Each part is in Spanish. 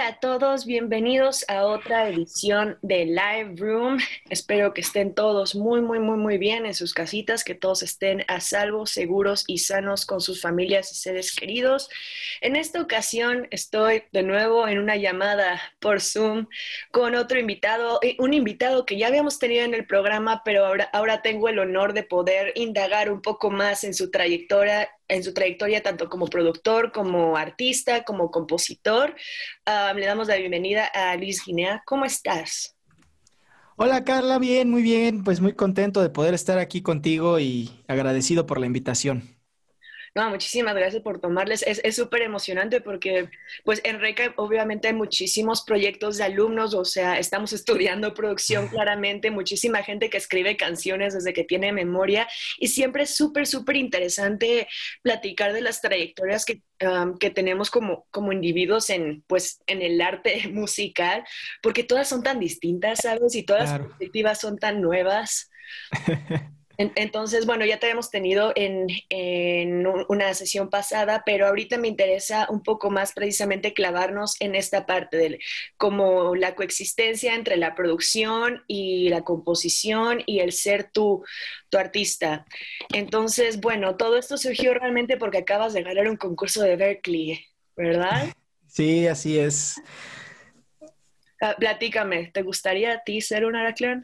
Hola a todos, bienvenidos a otra edición de Live Room. Espero que estén todos muy bien en sus casitas, que todos estén a salvo, seguros y sanos con sus familias y seres queridos. En esta ocasión estoy de nuevo en una llamada por Zoom con otro invitado, un invitado que ya habíamos tenido en el programa, pero ahora tengo el honor de poder indagar un poco más en su trayectoria tanto como productor, como artista, como compositor. Le damos la bienvenida a Luis Guinea. ¿Cómo estás? Hola Carla, bien, muy bien, pues muy contento de poder estar aquí contigo y agradecido por la invitación. No, muchísimas gracias por tomarles. Es súper emocionante porque, pues, en RECA obviamente hay muchísimos proyectos de alumnos, o sea, estamos estudiando producción claramente, muchísima gente que escribe canciones desde que tiene memoria y siempre es súper interesante platicar de las trayectorias que tenemos como individuos en, pues, en el arte musical, porque todas son tan distintas, ¿sabes? Y todas las Claro. perspectivas son tan nuevas. Entonces, bueno, ya te habíamos tenido en una sesión pasada, pero ahorita me interesa un poco más precisamente clavarnos en esta parte de como la coexistencia entre la producción y la composición y el ser tu artista. Entonces, bueno, todo esto surgió realmente porque acabas de ganar un concurso de Berkeley, ¿verdad? Sí, así es. Platícame, ¿te gustaría a ti ser un Araclán?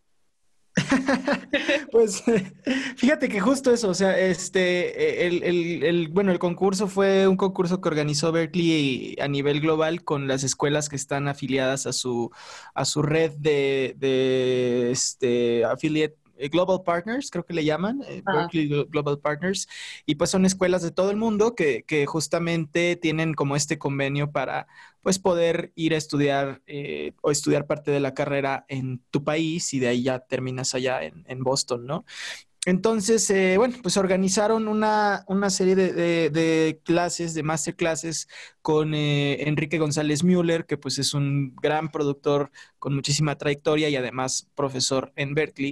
Pues fíjate que justo eso, o sea, bueno, el concurso fue un concurso que organizó Berkeley a nivel global con las escuelas que están afiliadas a su red de affiliate. Global Partners, creo que le llaman, Ajá. Berkeley Global Partners, y pues son escuelas de todo el mundo que justamente tienen como este convenio para pues poder ir a estudiar o estudiar parte de la carrera en tu país y de ahí ya terminas allá en Boston, ¿no? Entonces, bueno, pues organizaron una serie de clases, de masterclasses con Enrique González Müller, que pues es un gran productor con muchísima trayectoria y además profesor en Berkeley.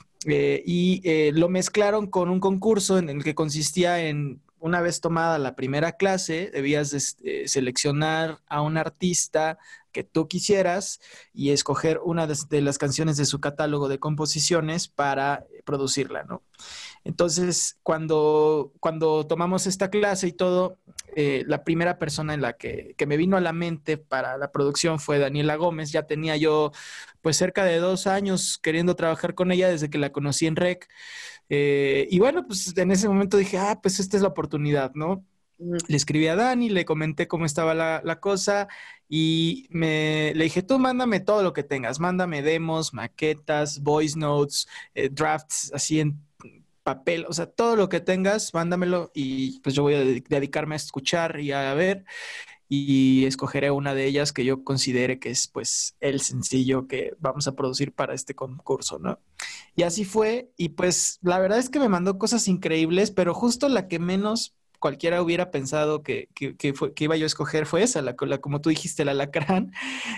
Lo mezclaron con un concurso en el que consistía en, una vez tomada la primera clase, debías seleccionar a un artista que tú quisieras y escoger una de las canciones de su catálogo de composiciones para producirla, ¿no? Entonces, cuando tomamos esta clase y todo, la primera persona en que me vino a la mente para la producción fue Daniela Gómez. Ya tenía yo pues cerca de 2 años queriendo trabajar con ella desde que la conocí en REC. Y bueno, pues en ese momento dije, pues esta es la oportunidad, ¿no? Ujú. Le escribí a Dani, le comenté cómo estaba la cosa y le dije, tú mándame todo lo que tengas, mándame demos, maquetas, voice notes, drafts, así en papel, o sea, todo lo que tengas, mándamelo y pues yo voy a dedicarme a escuchar y a ver y escogeré una de ellas que yo considere que es pues el sencillo que vamos a producir para este concurso, ¿no? Y así fue y pues la verdad es que me mandó cosas increíbles, pero justo la que menos cualquiera hubiera pensado que iba yo a escoger fue esa, como tú dijiste, la alacrán,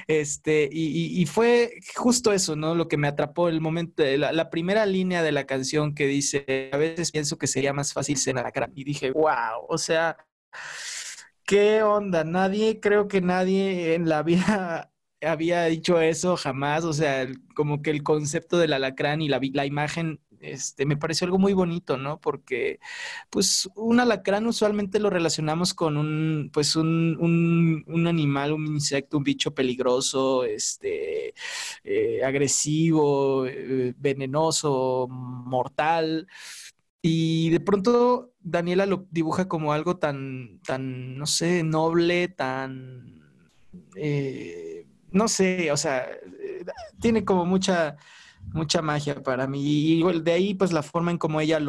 y fue justo eso, ¿no? Lo que me atrapó el momento, la primera línea de la canción que dice, a veces pienso que sería más fácil ser alacrán, y dije, wow, o sea, ¿qué onda? Creo que nadie en la vida había dicho eso jamás. O sea, como que el concepto del alacrán y la imagen, me pareció algo muy bonito, ¿no? Porque, pues, un alacrán usualmente lo relacionamos con pues, un animal, un insecto, un bicho peligroso, agresivo, venenoso, mortal. Y de pronto Daniela lo dibuja como algo no sé, noble, no sé, o sea, tiene como mucha magia para mí. Y bueno, de ahí, pues la forma en cómo ella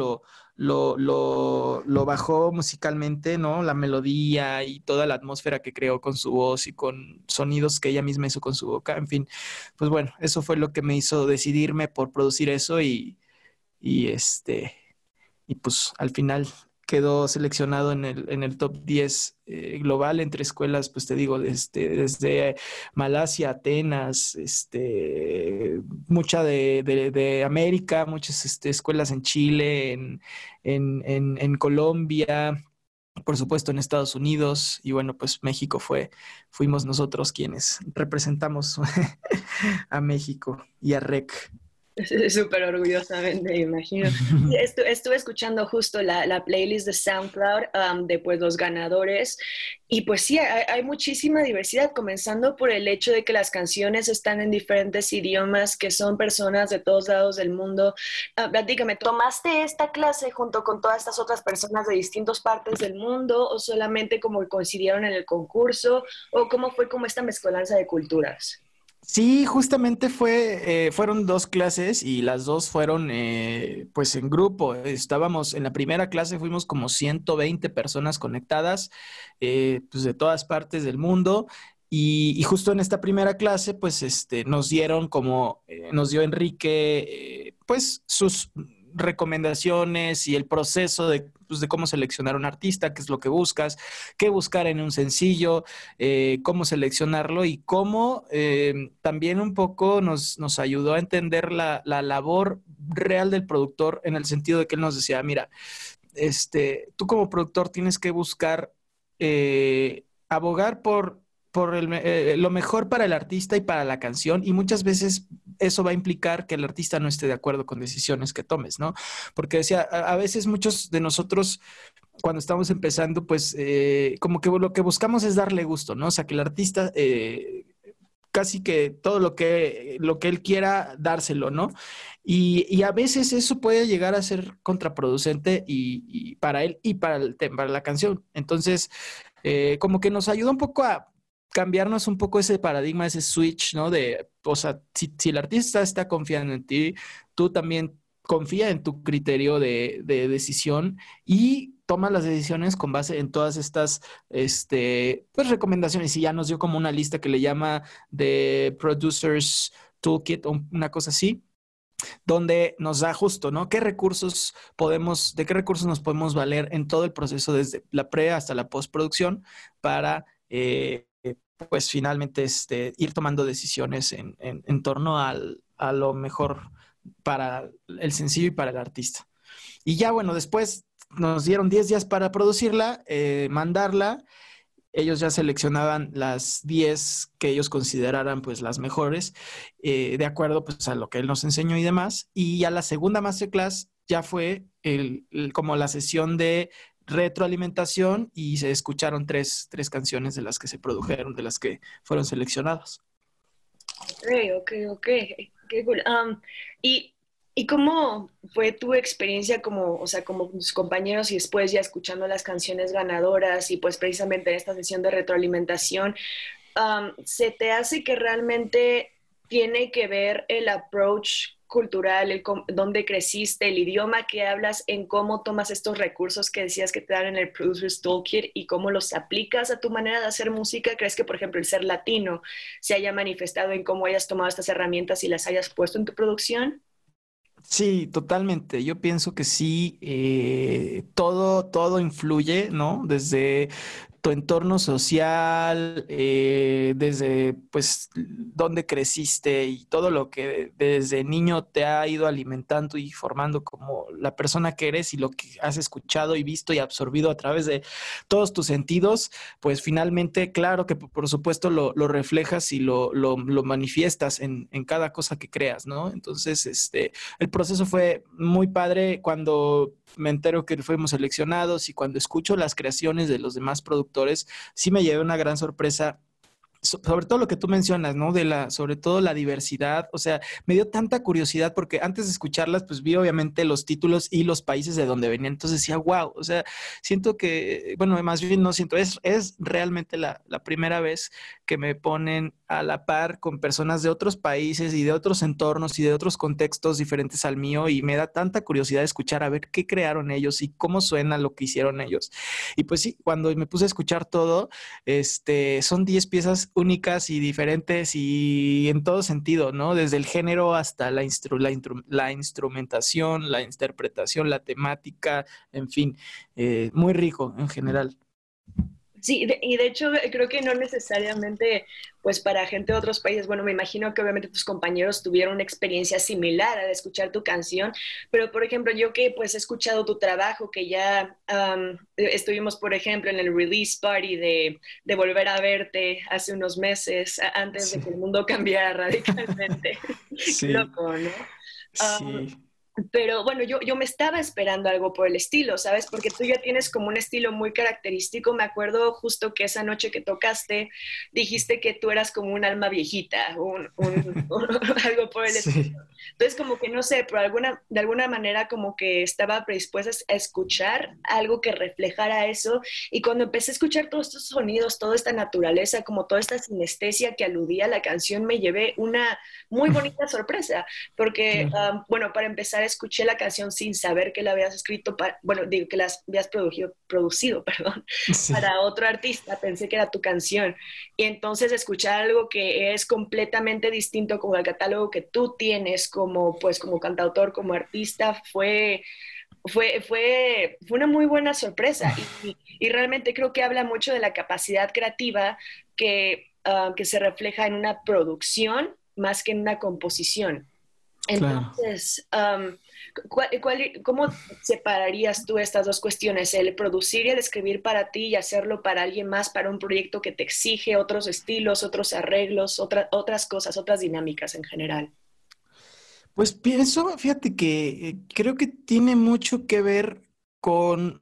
lo bajó musicalmente, ¿no? La melodía y toda la atmósfera que creó con su voz y con sonidos que ella misma hizo con su boca. En fin, pues bueno, eso fue lo que me hizo decidirme por producir eso y y pues al final quedó seleccionado en el top 10 global entre escuelas, pues te digo, desde Malasia, Atenas, mucha de América, muchas escuelas en Chile, en Colombia, por supuesto en Estados Unidos, y bueno, pues fuimos nosotros quienes representamos a México y a REC. Súper orgullosamente, me imagino. Sí, estuve escuchando justo la playlist de SoundCloud, de pues los ganadores y pues sí, hay muchísima diversidad, comenzando por el hecho de que las canciones están en diferentes idiomas, que son personas de todos lados del mundo. Platícame, ¿tomaste esta clase junto con todas estas otras personas de distintas partes del mundo o solamente como que coincidieron en el concurso o cómo fue como esta mezcolanza de culturas? Sí, justamente fueron dos clases y las dos fueron pues en grupo. Estábamos en la primera clase, fuimos como 120 personas conectadas, pues de todas partes del mundo. Y justo en esta primera clase, pues nos dieron nos dio Enrique, pues sus recomendaciones y el proceso pues, de cómo seleccionar un artista, qué es lo que buscas, qué buscar en un sencillo, cómo seleccionarlo y cómo también un poco nos ayudó a entender la labor real del productor en el sentido de que él nos decía, mira, tú como productor tienes que buscar abogar por lo mejor para el artista y para la canción, y muchas veces eso va a implicar que el artista no esté de acuerdo con decisiones que tomes, ¿no? Porque decía, a veces muchos de nosotros cuando estamos empezando, pues como que lo que buscamos es darle gusto, ¿no? O sea, que el artista casi que todo lo que él quiera, dárselo, ¿no? Y a veces eso puede llegar a ser contraproducente y para él y para para la canción. Entonces, como que nos ayuda un poco a cambiarnos un poco ese paradigma, ese switch, ¿no? O sea, si el artista está confiando en ti, tú también confía en tu criterio de decisión y toma las decisiones con base en todas estas pues recomendaciones. Y ya nos dio como una lista que le llama de Producers Toolkit o una cosa así, donde nos da justo, ¿no? De qué recursos nos podemos valer en todo el proceso, desde la pre hasta la postproducción, para pues finalmente ir tomando decisiones en torno a lo mejor para el sencillo y para el artista. Y ya bueno, después nos dieron 10 días para producirla, mandarla. Ellos ya seleccionaban las 10 que ellos consideraran pues las mejores, de acuerdo pues a lo que él nos enseñó y demás. Y ya la segunda masterclass ya fue como la sesión de retroalimentación y se escucharon tres canciones de las que se produjeron, de las que fueron seleccionadas. Ok, ok, ok. Qué cool. Y, ¿Y cómo fue tu experiencia como, o sea, como tus compañeros y después ya escuchando las canciones ganadoras y pues precisamente en esta sesión de retroalimentación, ¿se te hace que realmente tiene que ver el approach cultural, dónde creciste, el idioma que hablas, en cómo tomas estos recursos que decías que te dan en el Producer's Toolkit y cómo los aplicas a tu manera de hacer música? ¿Crees que, por ejemplo, el ser latino se haya manifestado en cómo hayas tomado estas herramientas y las hayas puesto en tu producción? Sí, totalmente. Yo pienso que sí, todo influye, ¿no? Desde tu entorno social, desde pues dónde creciste y todo lo que desde niño te ha ido alimentando y formando como la persona que eres y lo que has escuchado y visto y absorbido a través de todos tus sentidos, pues finalmente, claro que por supuesto lo reflejas y lo manifiestas en cada cosa que creas, ¿no? Entonces, el proceso fue muy padre cuando me entero que fuimos seleccionados y cuando escucho las creaciones de los demás productores, sí me llevé una gran sorpresa sobre todo lo que tú mencionas, ¿no? Sobre todo la diversidad, o sea, me dio tanta curiosidad porque antes de escucharlas, pues vi obviamente los títulos y los países de donde venían, entonces decía, wow, o sea, siento que, bueno, más bien no siento, es realmente la primera vez que me ponen a la par con personas de otros países y de otros entornos y de otros contextos diferentes al mío y me da tanta curiosidad escuchar a ver qué crearon ellos y cómo suena lo que hicieron ellos. Y pues sí, cuando me puse a escuchar todo, son 10 piezas únicas y diferentes y en todo sentido, ¿no? Desde el género hasta la instrumentación, la interpretación, la temática, en fin, muy rico en general. Sí, y de hecho creo que no necesariamente, pues para gente de otros países, bueno, me imagino que obviamente tus compañeros tuvieron una experiencia similar al escuchar tu canción, pero por ejemplo, yo que pues he escuchado tu trabajo, que ya estuvimos, por ejemplo, en el release party de Volver a Verte hace unos meses, antes de Sí, que el mundo cambiara radicalmente. Qué sí, loco, ¿no? Um, sí, pero bueno, yo me estaba esperando algo por el estilo, ¿sabes? Porque tú ya tienes como un estilo muy característico. Me acuerdo justo que esa noche que tocaste, dijiste que tú eras como un alma viejita, algo por el estilo. sí, Entonces, como que no sé, pero de alguna manera como que estaba predispuesta a escuchar algo que reflejara eso. Y cuando empecé a escuchar todos estos sonidos, toda esta naturaleza, como toda esta sinestesia que aludía a la canción, me llevé una muy bonita sorpresa porque, claro, bueno, para empezar, escuché la canción sin saber que la habías escrito, bueno, digo que la habías producido, perdón, sí, para otro artista, pensé que era tu canción. Y entonces escuchar algo que es completamente distinto como el catálogo que tú tienes como, pues, como cantautor, como artista, fue una muy buena sorpresa y realmente creo que habla mucho de la capacidad creativa que se refleja en una producción más que en una composición. claro. Entonces, ¿cómo separarías tú estas dos cuestiones, el producir y el escribir para ti y hacerlo para alguien más, para un proyecto que te exige otros estilos, otros arreglos, otras cosas, otras dinámicas en general? Pues pienso, fíjate que creo que tiene mucho que ver con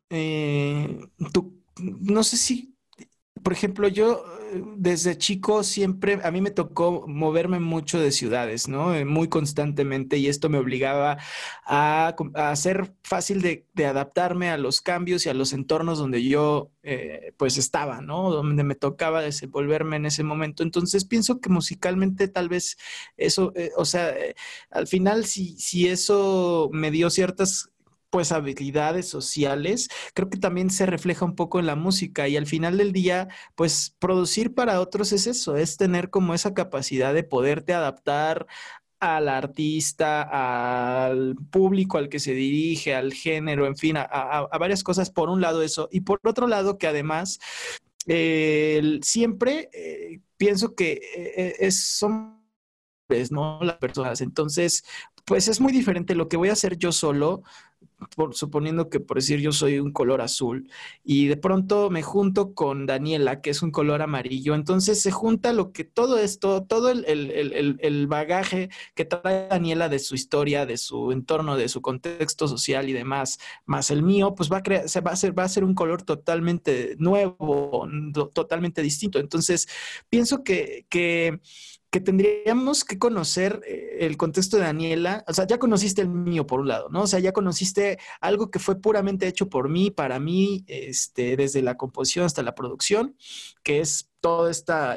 no sé si, por ejemplo, yo desde chico siempre, a mí me tocó moverme mucho de ciudades, ¿no? Muy constantemente y esto me obligaba a hacer fácil de adaptarme a los cambios y a los entornos donde yo pues estaba, ¿no? Donde me tocaba desenvolverme en ese momento. Entonces pienso que musicalmente tal vez eso, o sea, al final si eso me dio ciertas pues habilidades sociales, creo que también se refleja un poco en la música y al final del día pues producir para otros es eso, es tener como esa capacidad de poderte adaptar al artista, al público al que se dirige, al género, en fin, a varias cosas. Por un lado eso, y por otro lado que además siempre pienso que son ¿no? Las personas. Entonces, pues es muy diferente lo que voy a hacer yo solo suponiendo que por decir yo soy un color azul y de pronto me junto con Daniela, que es un color amarillo, entonces se junta lo que todo esto, todo el bagaje que trae Daniela de su historia, de su entorno, de su contexto social y demás, más el mío, pues va a ser un color totalmente nuevo, totalmente distinto. Entonces, pienso que tendríamos que conocer el contexto de Daniela, o sea, ya conociste el mío por un lado, ¿no? O sea, ya conociste algo que fue puramente hecho por mí, para mí, desde la composición hasta la producción, que es toda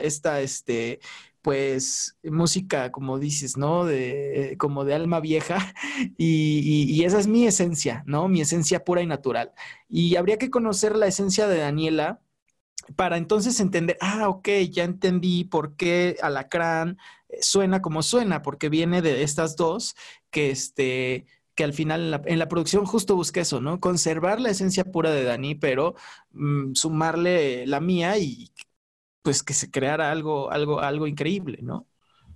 pues, música, como dices, ¿no? Como de alma vieja, y esa es mi esencia, ¿no? Mi esencia pura y natural. Y habría que conocer la esencia de Daniela para entonces entender, ok, ya entendí por qué Alacrán suena como suena, porque viene de estas dos que al final en la producción justo busqué eso, ¿no? Conservar la esencia pura de Dani, pero sumarle la mía y pues que se creara algo increíble, ¿no?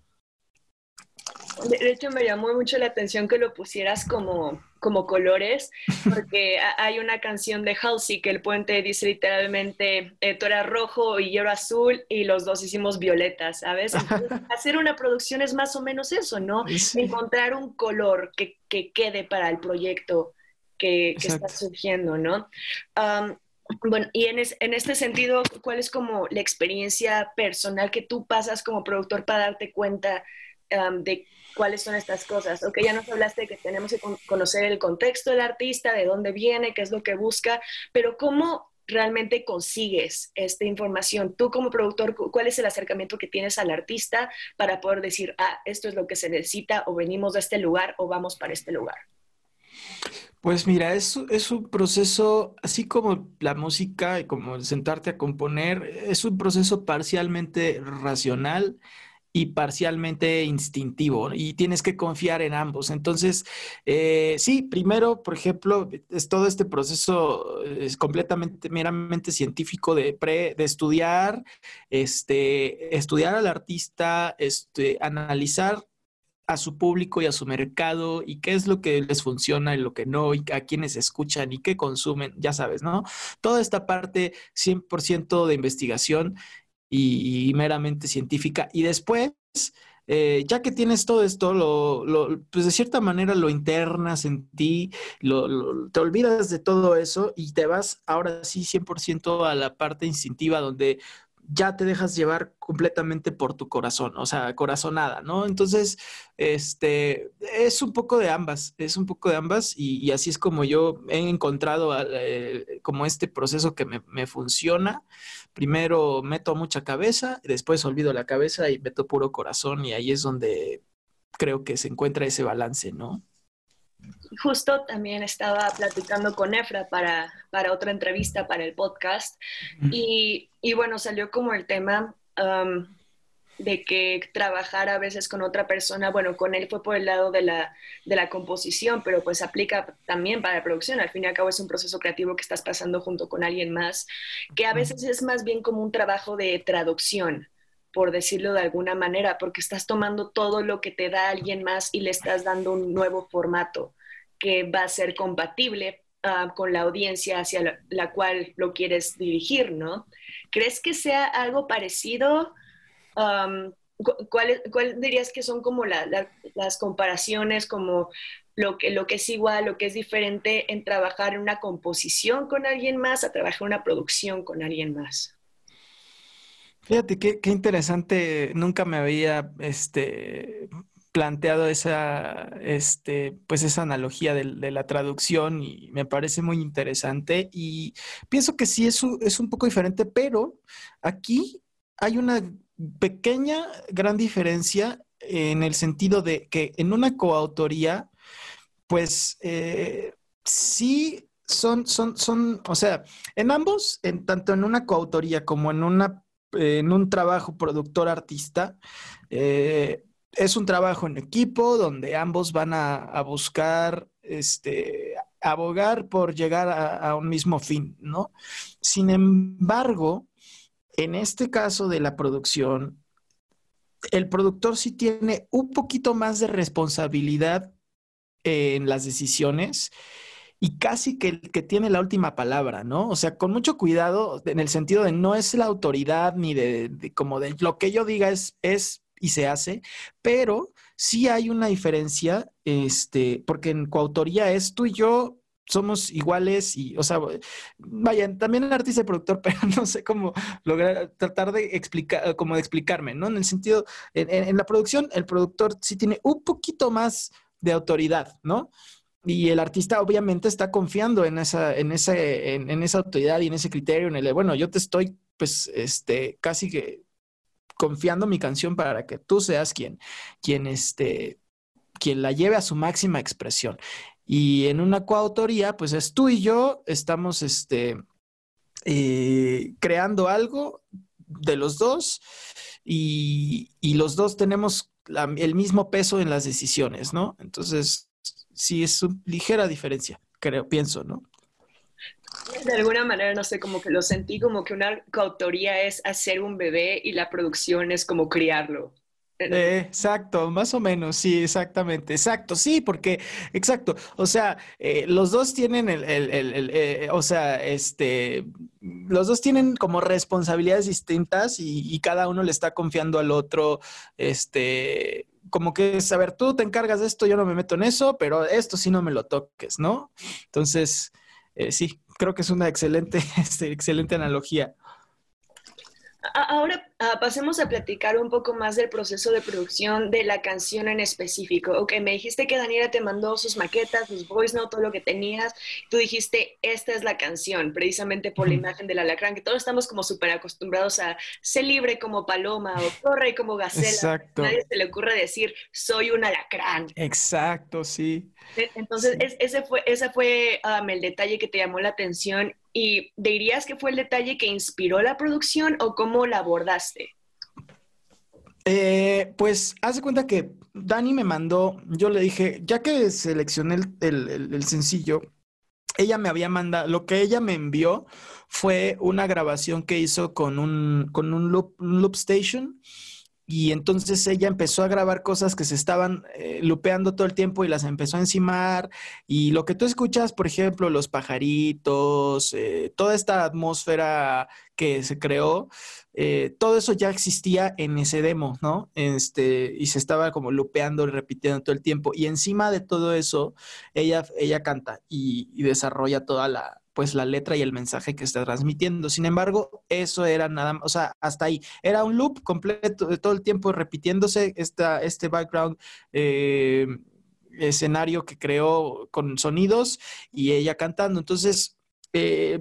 De hecho, me llamó mucho la atención que lo pusieras como colores, porque hay una canción de Halsey que el puente dice literalmente, tú eras rojo y yo era azul y los dos hicimos violeta, ¿sabes? Entonces, hacer una producción es más o menos eso, ¿no? Sí, Encontrar un color que quede para el proyecto que está exacto. surgiendo, ¿no? Um, bueno, y en este sentido, ¿cuál es como la experiencia personal que tú pasas como productor para darte cuenta de cuáles son estas cosas? Ok, ya nos hablaste de que tenemos que conocer el contexto del artista, de dónde viene, qué es lo que busca, pero ¿cómo realmente consigues esta información? Tú como productor, ¿cuál es el acercamiento que tienes al artista para poder decir, esto es lo que se necesita, o venimos de este lugar, o vamos para este lugar? Pues mira, es un proceso, así como la música y como el sentarte a componer, es un proceso parcialmente racional y parcialmente instintivo, ¿no? Y tienes que confiar en ambos. Entonces, sí, primero, por ejemplo, es todo este proceso es completamente, meramente científico de estudiar, estudiar al artista, analizar a su público y a su mercado y qué es lo que les funciona y lo que no, y a quienes escuchan y qué consumen, ya sabes, ¿no? Toda esta parte 100% de investigación y meramente científica. Y después, ya que tienes todo esto, pues de cierta manera lo internas en ti, te olvidas de todo eso y te vas ahora sí 100% a la parte instintiva donde ya te dejas llevar completamente por tu corazón, o sea, corazonada, ¿no? Entonces, es un poco de ambas, es un poco de ambas y así es como yo he encontrado como este proceso que me funciona. Primero meto mucha cabeza, después olvido la cabeza y meto puro corazón y ahí es donde creo que se encuentra ese balance, ¿no? Justo también estaba platicando con Efra para otra entrevista para el podcast y bueno, salió como el tema de que trabajar a veces con otra persona, bueno, con él fue por el lado de la composición, pero pues aplica también para la producción. Al fin y al cabo es un proceso creativo que estás pasando junto con alguien más, que a veces es más bien como un trabajo de traducción, por decirlo de alguna manera, porque estás tomando todo lo que te da alguien más y le estás dando un nuevo formato que va a ser compatible con la audiencia hacia la cual lo quieres dirigir, ¿no? ¿Crees que sea algo parecido? ¿Cuál dirías que son como las comparaciones, como lo que es igual, lo que es diferente en trabajar en una composición con alguien más a trabajar en una producción con alguien más? Fíjate qué interesante, nunca me había planteado pues esa analogía de la traducción y me parece muy interesante y pienso que sí es un poco diferente, pero aquí hay una pequeña, gran diferencia en el sentido de que en una coautoría, pues sí o sea, en ambos, tanto en una coautoría como en un trabajo productor-artista, es un trabajo en equipo donde ambos van a buscar, abogar por llegar a un mismo fin, ¿no? Sin embargo, en este caso de la producción, el productor sí tiene un poquito más de responsabilidad en las decisiones y casi que el que tiene la última palabra, ¿no? O sea, con mucho cuidado en el sentido de no es la autoridad ni como de lo que yo diga es y se hace, pero sí hay una diferencia, porque en coautoría es tú y yo somos iguales y, o sea, vaya, también el artista y productor, pero no sé cómo lograr, tratar de explicar, como de explicarme, ¿no? En el sentido, en la producción, el productor sí tiene un poquito más de autoridad, ¿no? Y el artista obviamente está confiando en esa autoridad y en ese criterio, bueno, yo te estoy, pues, casi que confiando mi canción para que tú seas quien, quien la lleve a su máxima expresión. Y en una coautoría, pues es tú y yo, estamos, creando algo de los dos y los dos tenemos el mismo peso en las decisiones, ¿no? Entonces, sí es una ligera diferencia, creo, pienso, ¿no? De alguna manera, no sé, como que lo sentí como que una coautoría es hacer un bebé y la producción es como criarlo. Exacto, más o menos, sí, exactamente, exacto, sí, porque, exacto, o sea, los dos tienen o sea, los dos tienen como responsabilidades distintas y cada uno le está confiando al otro, como que es, a ver, tú te encargas de esto, yo no me meto en eso, pero esto sí no me lo toques, ¿no? Entonces, sí, creo que es una excelente, excelente analogía. Ahora pasemos a platicar un poco más del proceso de producción de la canción en específico. Ok, me dijiste que Daniela te mandó sus maquetas, sus voice notes, todo lo que tenías. Tú dijiste, esta es la canción, precisamente por la imagen del alacrán, que todos estamos como súper acostumbrados a ser libre como paloma o corre como gacela. Exacto, Nadie se le ocurre decir, soy un alacrán. exacto, sí. Entonces, Sí. ese fue el detalle que te llamó la atención y ¿dirías que fue el detalle que inspiró la producción o cómo la abordaste? Pues haz de cuenta que Dani me mandó, yo le dije, ya que seleccioné el sencillo, ella me había mandado, lo que ella me envió fue una grabación que hizo con un loop station. Y entonces ella empezó a grabar cosas que se estaban lupeando todo el tiempo y las empezó a encimar. Y lo que tú escuchas, por ejemplo, los pajaritos, toda esta atmósfera que se creó, todo eso ya existía en ese demo, ¿no? Y se estaba como lupeando y repitiendo todo el tiempo. Y encima de todo eso, ella canta y desarrolla toda pues la letra y el mensaje que está transmitiendo. Sin embargo, eso era nada más, o sea, hasta ahí. Era un loop completo de todo el tiempo repitiéndose este background escenario que creó con sonidos y ella cantando. Entonces, eh,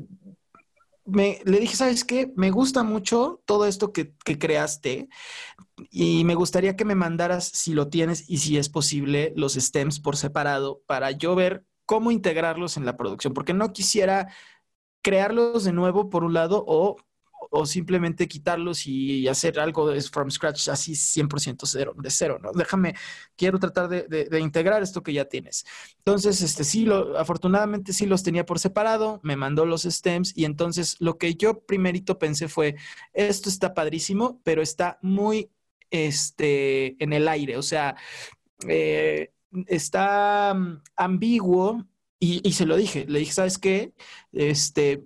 le dije, ¿sabes qué? Me gusta mucho todo esto que creaste y me gustaría que me mandaras, si lo tienes y si es posible, los stems por separado para yo ver cómo integrarlos en la producción, porque no quisiera crearlos de nuevo por un lado o simplemente quitarlos y hacer algo from scratch, así 100% cero, de cero, ¿no? Quiero tratar de integrar esto que ya tienes. Entonces, sí, afortunadamente sí los tenía por separado, me mandó los stems y entonces lo que yo primerito pensé fue, esto está padrísimo, pero está muy, en el aire, o sea, eh, está ambiguo y se lo dije, le dije, ¿sabes qué? Este,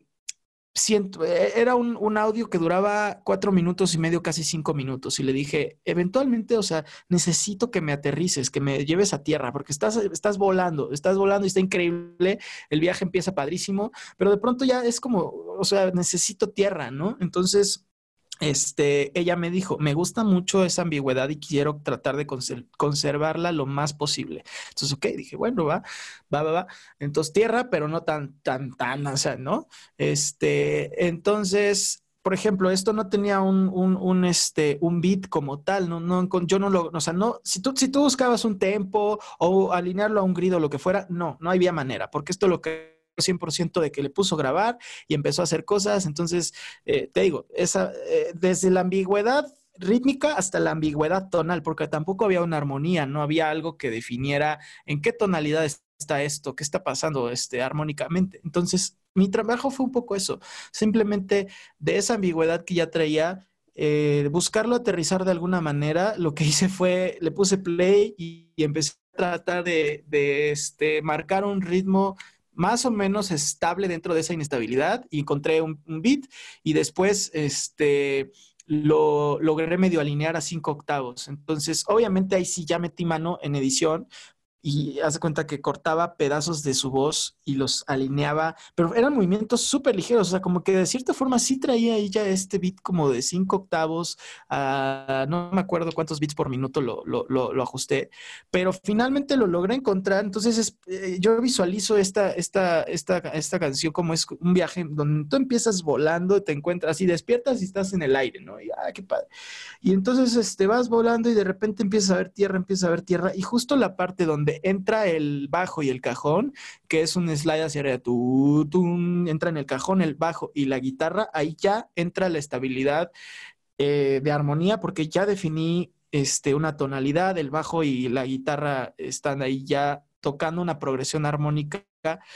era un audio que duraba 4 minutos y medio, casi 5 minutos, y le dije, eventualmente, o sea, necesito que me aterrices, que me lleves a tierra, porque estás volando y está increíble, el viaje empieza padrísimo, pero de pronto ya es como, o sea, necesito tierra, ¿no? Entonces ella me dijo, me gusta mucho esa ambigüedad y quiero tratar de conservarla lo más posible. Entonces, ok, dije, bueno, va. Entonces, tierra, pero no tan, o sea, ¿no? Entonces, por ejemplo, esto no tenía un beat como tal, yo no lo, o sea, no, si tú buscabas un tempo o alinearlo a un grid o lo que fuera, no había manera, porque esto lo que 100% de que le puso a grabar y empezó a hacer cosas. Entonces, te digo, desde la ambigüedad rítmica hasta la ambigüedad tonal, porque tampoco había una armonía, no había algo que definiera en qué tonalidad está esto, qué está pasando armónicamente. Entonces, mi trabajo fue un poco eso, simplemente de esa ambigüedad que ya traía, buscarlo aterrizar de alguna manera. Lo que hice fue, le puse play y empecé a tratar de marcar un ritmo más o menos estable dentro de esa inestabilidad y encontré un beat y después lo logré medio alinear a 5 octavos. Entonces, obviamente ahí sí ya metí mano en edición y hace cuenta que cortaba pedazos de su voz y los alineaba, pero eran movimientos súper ligeros, o sea, como que de cierta forma sí traía ahí ya este beat como de 5 octavos, no me acuerdo cuántos beats por minuto lo ajusté, pero finalmente lo logré encontrar. Entonces yo visualizo esta canción como es un viaje donde tú empiezas volando, te encuentras y despiertas y estás en el aire, ¿no? Y qué padre. Y entonces vas volando y de repente empiezas a ver tierra, y justo la parte donde entra el bajo y el cajón, que es un slide hacia arriba, entra en el cajón, el bajo y la guitarra, ahí ya entra la estabilidad de armonía, porque ya definí una tonalidad, el bajo y la guitarra están ahí ya tocando una progresión armónica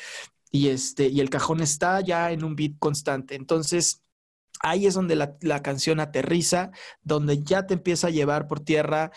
y el cajón está ya en un beat constante. Entonces, ahí es donde la canción aterriza, donde ya te empieza a llevar por tierra,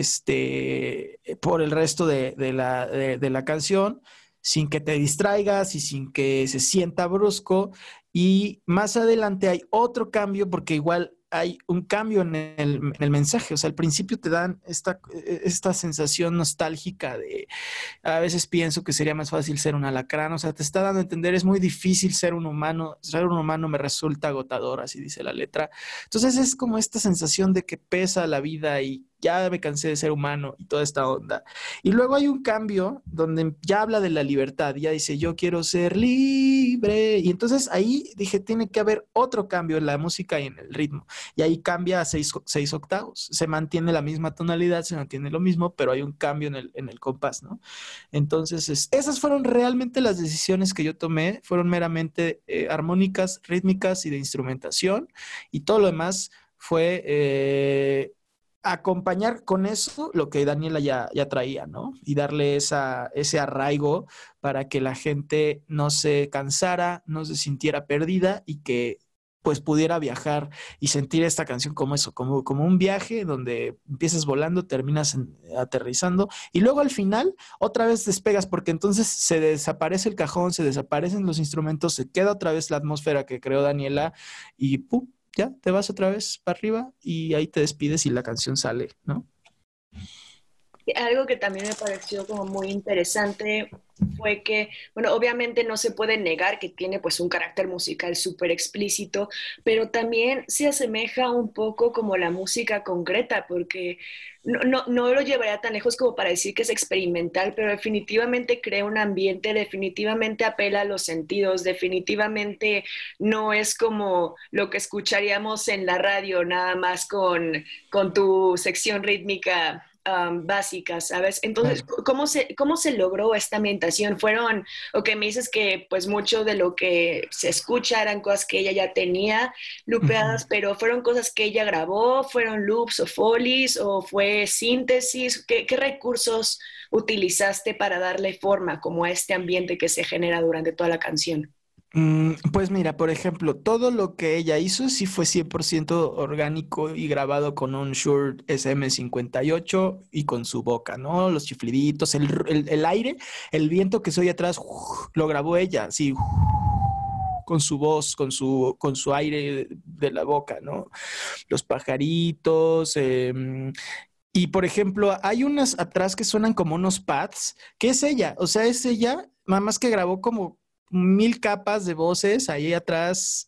por el resto de la canción, sin que te distraigas y sin que se sienta brusco. Y más adelante hay otro cambio, porque igual hay un cambio en el mensaje. O sea, al principio te dan esta sensación nostálgica de, a veces pienso que sería más fácil ser un alacrán, o sea, te está dando a entender, es muy difícil ser un humano me resulta agotador, así dice la letra. Entonces es como esta sensación de que pesa la vida y ya me cansé de ser humano y toda esta onda. Y luego hay un cambio donde ya habla de la libertad, ya dice, yo quiero ser libre. Y entonces ahí dije, tiene que haber otro cambio en la música y en el ritmo. Y ahí cambia a 6 octavos. Se mantiene la misma tonalidad, se mantiene lo mismo, pero hay un cambio en el compás, ¿no? Entonces, esas fueron realmente las decisiones que yo tomé, fueron meramente armónicas, rítmicas y de instrumentación, y todo lo demás fue acompañar con eso lo que Daniela ya traía, ¿no? Y darle ese arraigo para que la gente no se cansara, no se sintiera perdida y que pues pudiera viajar y sentir esta canción como eso, como un viaje donde empiezas volando, terminas aterrizando y luego al final otra vez despegas porque entonces se desaparece el cajón, se desaparecen los instrumentos, se queda otra vez la atmósfera que creó Daniela y ¡pum! Ya te vas otra vez para arriba y ahí te despides y la canción sale, ¿no? Algo que también me pareció como muy interesante fue que, bueno, obviamente no se puede negar que tiene pues un carácter musical súper explícito, pero también se asemeja un poco como la música concreta, porque no lo llevaría tan lejos como para decir que es experimental, pero definitivamente crea un ambiente, definitivamente apela a los sentidos, definitivamente no es como lo que escucharíamos en la radio, nada más con tu sección rítmica básicas, ¿sabes? Entonces, Claro. cómo se logró esta ambientación? Fueron, o que me dices que pues mucho de lo que se escucha eran cosas que ella ya tenía Ujú. lupeadas, pero fueron cosas que ella grabó, fueron loops o folies, o fue síntesis. ¿Qué recursos utilizaste para darle forma como a este ambiente que se genera durante toda la canción? Pues mira, por ejemplo, todo lo que ella hizo sí fue 100% orgánico y grabado con un Shure SM58 y con su boca, ¿no? Los chifliditos, el aire, el viento que se oye atrás, lo grabó ella, sí, con su voz, con su aire de la boca, ¿no? Los pajaritos, y por ejemplo, hay unas atrás que suenan como unos pads, que es ella, o sea, es ella, nada más que grabó como 1000 capas de voces ahí atrás,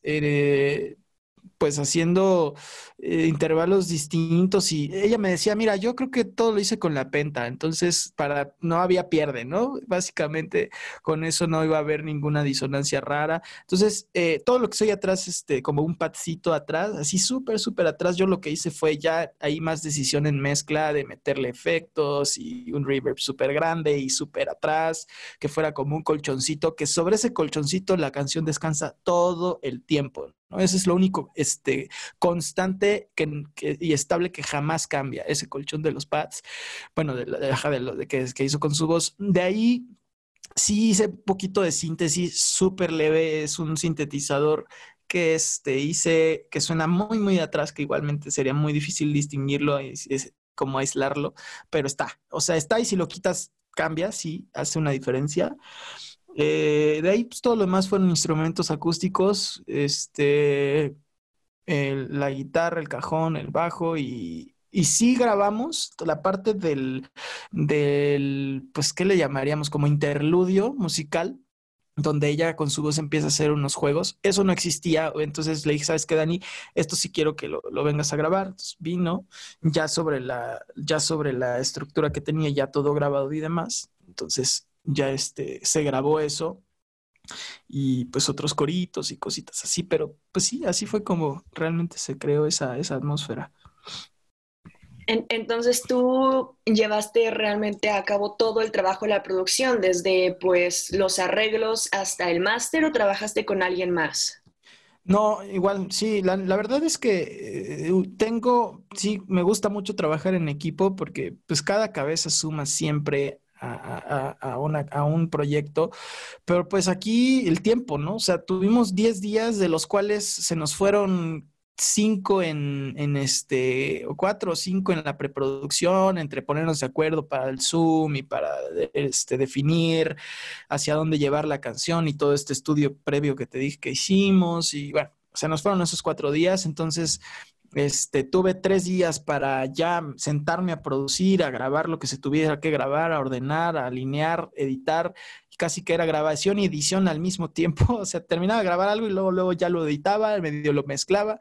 pues haciendo intervalos distintos y ella me decía, mira, yo creo que todo lo hice con la penta, entonces no había pierde, ¿no? Básicamente con eso no iba a haber ninguna disonancia rara. Entonces, todo lo que soy atrás, como un padcito atrás, así súper, súper atrás, yo lo que hice fue ya ahí más decisión en mezcla de meterle efectos y un reverb súper grande y súper atrás, que fuera como un colchoncito, que sobre ese colchoncito la canción descansa todo el tiempo, ¿no? Eso es lo único constante y estable que jamás cambia, ese colchón de los pads, bueno, que hizo con su voz. De ahí sí hice un poquito de síntesis súper leve, es un sintetizador que hice, que suena muy, muy atrás, que igualmente sería muy difícil distinguirlo, es como aislarlo, pero está, o sea, está y si lo quitas cambia, sí, hace una diferencia. De ahí, pues todo lo demás fueron instrumentos acústicos, la guitarra, el cajón, el bajo y sí grabamos la parte pues, ¿qué le llamaríamos? Como interludio musical, donde ella con su voz empieza a hacer unos juegos. Eso no existía, entonces le dije, ¿sabes qué, Dani? Esto sí quiero que lo vengas a grabar. Entonces vino ya sobre la estructura que tenía, ya todo grabado y demás. Entonces ya se grabó eso y pues otros coritos y cositas así, pero pues sí, así fue como realmente se creó esa atmósfera. Entonces tú llevaste realmente a cabo todo el trabajo de la producción, desde pues los arreglos hasta el máster, o trabajaste con alguien más. No, igual, sí, la verdad es que sí, me gusta mucho trabajar en equipo porque pues cada cabeza suma siempre a un proyecto, pero pues aquí el tiempo, ¿no? O sea, tuvimos 10 días de los cuales se nos fueron 5 o 4 o 5 en la preproducción, entre ponernos de acuerdo para el Zoom y para definir hacia dónde llevar la canción y todo este estudio previo que te dije que hicimos y bueno, se nos fueron esos 4 días, entonces tuve 3 días para ya sentarme a producir, a grabar lo que se tuviera que grabar, a ordenar, a alinear, editar, y casi que era grabación y edición al mismo tiempo, o sea, terminaba de grabar algo y luego ya lo editaba, medio lo mezclaba,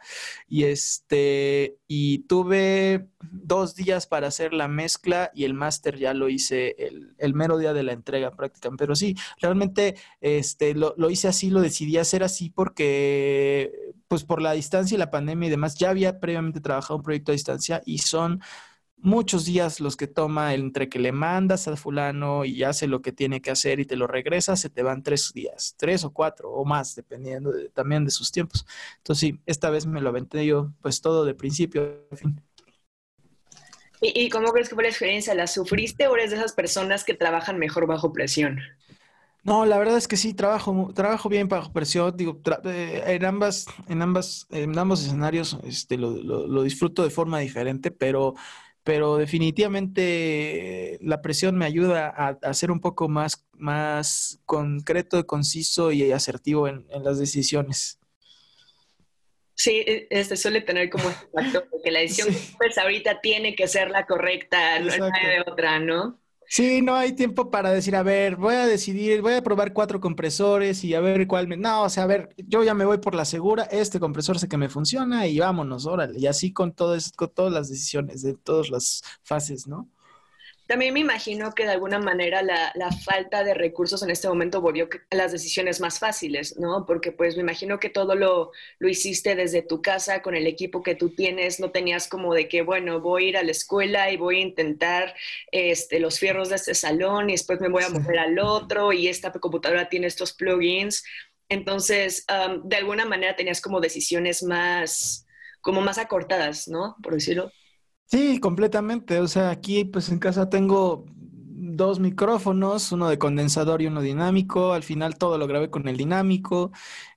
y tuve 2 días para hacer la mezcla y el máster ya lo hice el mero día de la entrega prácticamente, pero sí, realmente lo hice así, lo decidí hacer así porque pues por la distancia y la pandemia y demás, ya había previamente trabajado un proyecto a distancia y son muchos días los que toma entre que le mandas a fulano y hace lo que tiene que hacer y te lo regresa, se te van 3 días, 3 o 4 o más, dependiendo también de sus tiempos. Entonces sí, esta vez me lo aventé yo, pues todo de principio a fin. ¿Y cómo crees que fue la experiencia? ¿La sufriste o eres de esas personas que trabajan mejor bajo presión? No, la verdad es que sí, trabajo bien bajo presión, digo, en ambos escenarios, lo disfruto de forma diferente, pero definitivamente la presión me ayuda a ser un poco más concreto, conciso y asertivo en las decisiones. Sí, suele tener como este factor de que la decisión Sí, que tomes ahorita tiene que ser la correcta, no, no hay exacto. de otra, ¿no? Sí, no hay tiempo para decir, a ver, voy a probar 4 compresores y a ver cuál me... No, o sea, a ver, yo ya me voy por la segura, este compresor sé que me funciona y vámonos, órale. Y así con todas las decisiones de todas las fases, ¿no? También me imagino que de alguna manera la falta de recursos en este momento volvió las decisiones más fáciles, ¿no? Porque pues me imagino que todo lo hiciste desde tu casa con el equipo que tú tienes, no tenías como de que, bueno, voy a ir a la escuela y voy a intentar los fierros de este salón y después me voy a Sí. mover al otro y esta computadora tiene estos plugins. Entonces, de alguna manera tenías como decisiones más, como más acortadas, ¿no? Por decirlo. Sí, completamente. O sea, aquí pues en casa tengo 2 micrófonos, uno de condensador y uno dinámico. Al final todo lo grabé con el dinámico.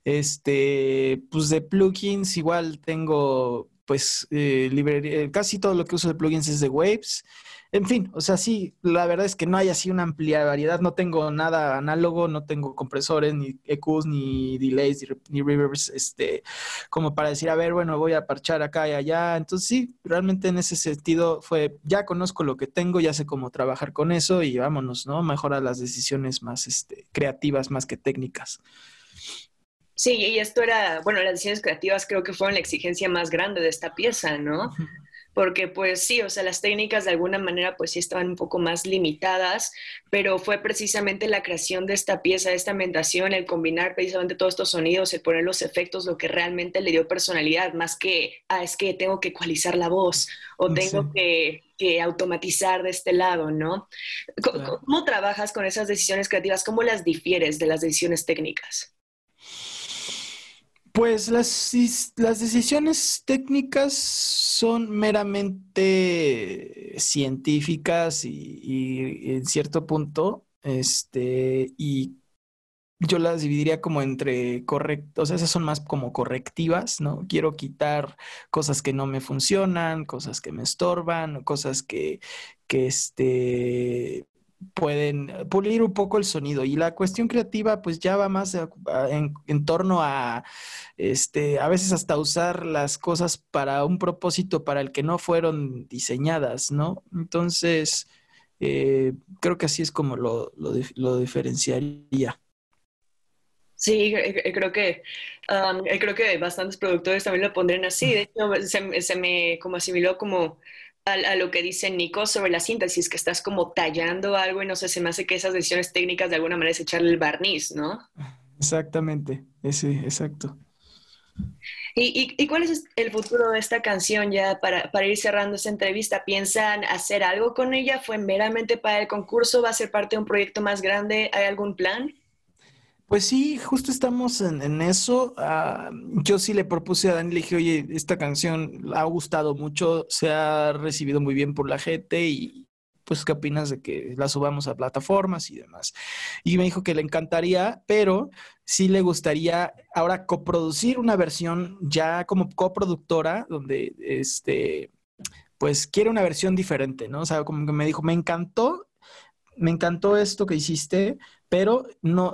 Pues de plugins igual tengo pues casi todo lo que uso de plugins es de Waves. En fin, o sea, sí, la verdad es que no hay así una amplia variedad. No tengo nada análogo, no tengo compresores, ni EQs, ni delays, ni reverbs, como para decir, a ver, bueno, voy a parchar acá y allá. Entonces sí, realmente en ese sentido fue, ya conozco lo que tengo, ya sé cómo trabajar con eso y vámonos, ¿no? Mejora las decisiones más creativas, más que técnicas. Sí, y esto era, bueno, las decisiones creativas creo que fueron la exigencia más grande de esta pieza, ¿no? Porque pues sí, o sea, las técnicas de alguna manera pues sí estaban un poco más limitadas, pero fue precisamente la creación de esta pieza, de esta ambientación, el combinar precisamente todos estos sonidos, el poner los efectos, lo que realmente le dio personalidad, más que, es que tengo que ecualizar la voz o Sí, tengo que automatizar de este lado, ¿no? claro. ¿Cómo trabajas con esas decisiones creativas? ¿Cómo las difieres de las decisiones técnicas? Pues las decisiones técnicas son meramente científicas y en cierto punto, y yo las dividiría como entre correctos, esas son más como correctivas, ¿no? Quiero quitar cosas que no me funcionan, cosas que me estorban, cosas que pueden pulir un poco el sonido. Y la cuestión creativa, pues ya va más en torno a veces hasta usar las cosas para un propósito para el que no fueron diseñadas, ¿no? Entonces, creo que así es como lo diferenciaría. Sí, creo que bastantes productores también lo pondrían así. De hecho, se me como asimiló como a lo que dice Nico sobre la síntesis, que estás como tallando algo y no sé, se me hace que esas decisiones técnicas de alguna manera es echarle el barniz, ¿no? Exactamente, ese, exacto. ¿Y cuál es el futuro de esta canción ya para ir cerrando esta entrevista? ¿Piensan hacer algo con ella? ¿Fue meramente para el concurso? ¿Va a ser parte de un proyecto más grande? ¿Hay algún plan? Pues sí, justo estamos en eso. Yo sí le propuse a Dani, le dije, oye, esta canción ha gustado mucho, se ha recibido muy bien por la gente y pues, ¿qué opinas de que la subamos a plataformas y demás? Y me dijo que le encantaría, pero sí le gustaría ahora coproducir una versión ya como coproductora, donde pues quiere una versión diferente, ¿no? O sea, como que me dijo, me encantó esto que hiciste, pero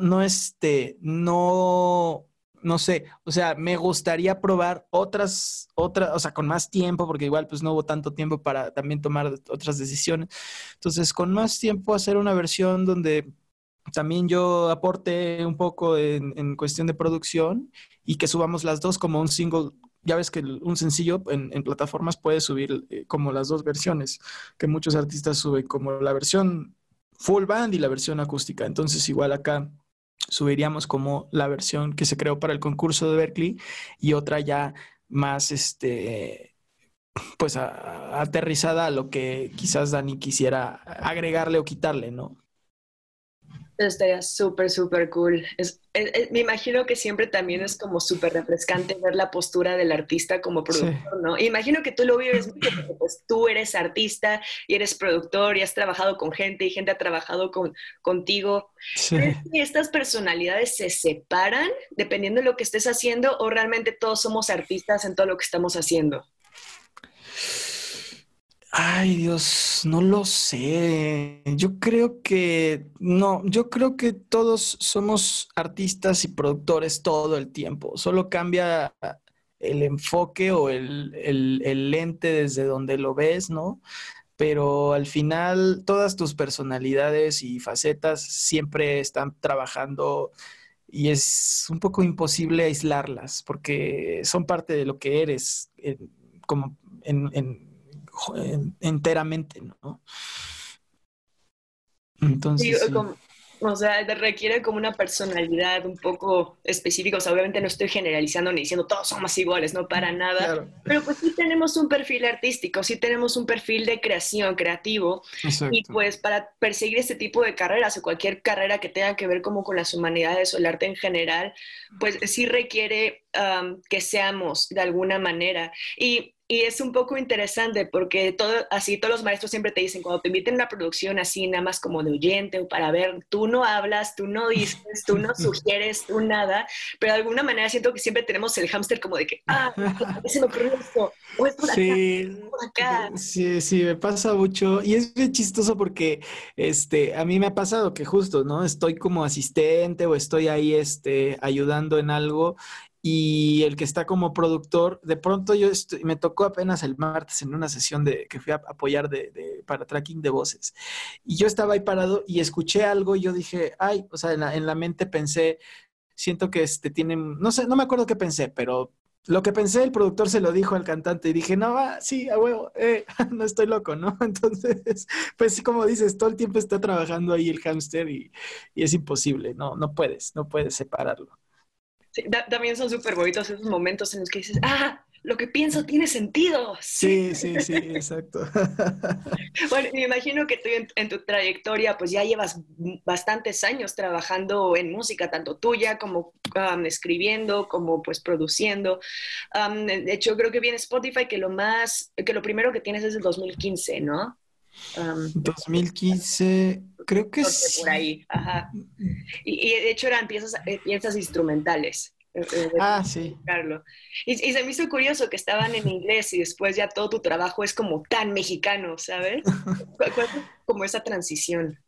no sé, o sea, me gustaría probar otras, o sea, con más tiempo, porque igual pues no hubo tanto tiempo para también tomar otras decisiones. Entonces, con más tiempo hacer una versión donde también yo aporte un poco en cuestión de producción y que subamos las dos como un single. Ya ves que un sencillo en plataformas puede subir como las dos versiones, que muchos artistas suben como la versión full band y la versión acústica. Entonces igual acá subiríamos como la versión que se creó para el concurso de Berkeley y otra ya más pues aterrizada a lo que quizás Dani quisiera agregarle o quitarle, ¿no? Eso estaría súper, súper cool. Me imagino que siempre también es como súper refrescante ver la postura del artista como Sí, productor, ¿no? Imagino que tú lo vives mucho porque pues tú eres artista y eres productor y has trabajado con gente y gente ha trabajado contigo. sí. ¿Crees que estas personalidades se separan dependiendo de lo que estés haciendo o realmente todos somos artistas en todo lo que estamos haciendo? Ay, Dios, no lo sé. Yo creo que no, yo creo que todos somos artistas y productores todo el tiempo. Solo cambia el enfoque o el lente desde donde lo ves, ¿no? Pero al final todas tus personalidades y facetas siempre están trabajando y es un poco imposible aislarlas porque son parte de lo que eres, como enteramente, ¿no? Sí, Entonces sí, o sea, requiere como una personalidad un poco específica. O sea, obviamente no estoy generalizando ni diciendo todos somos iguales, no para nada. claro, Pero pues sí tenemos un perfil artístico, sí tenemos un perfil de creación, creativo. Y exacto. pues para perseguir este tipo de carreras o cualquier carrera que tenga que ver como con las humanidades o el arte en general, pues sí requiere que seamos de alguna manera. Y es un poco interesante porque todo, así todos los maestros siempre te dicen, cuando te inviten a una producción así, nada más como de oyente o para ver, tú no hablas, tú no dices, tú no sugieres, tú nada, pero de alguna manera siento que siempre tenemos el hámster como de que, se me ocurrió esto, o es por acá, Sí, por acá. sí, sí, me pasa mucho y es bien chistoso porque a mí me ha pasado que justo, ¿no? Estoy como asistente o estoy ahí ayudando en algo y el que está como productor, de pronto me tocó apenas el martes en una sesión que fui a apoyar para tracking de voces y yo estaba ahí parado y escuché algo y yo dije, ay, o sea, en la mente pensé siento que tienen, no sé, no me acuerdo qué pensé, pero lo que pensé, el productor se lo dijo al cantante y dije, no, sí, a huevo, no estoy loco, ¿no? Entonces, pues sí, como dices, todo el tiempo está trabajando ahí el hámster y es imposible, no puedes separarlo. Sí, también son súper bonitos esos momentos en los que dices, lo que pienso tiene sentido, sí. Sí, sí, sí, exacto. Bueno, me imagino que tú en tu trayectoria pues ya llevas bastantes años trabajando en música, tanto tuya como escribiendo, como pues produciendo. De hecho, creo que viene Spotify que lo primero que tienes es el 2015, ¿no? Um, 2015, creo que por sí. ahí, ajá. Y de hecho eran piezas instrumentales. Ah, sí. Carlos. Y se me hizo curioso que estaban en inglés y después ya todo tu trabajo es como tan mexicano, ¿sabes? ¿Cuál fue como esa transición?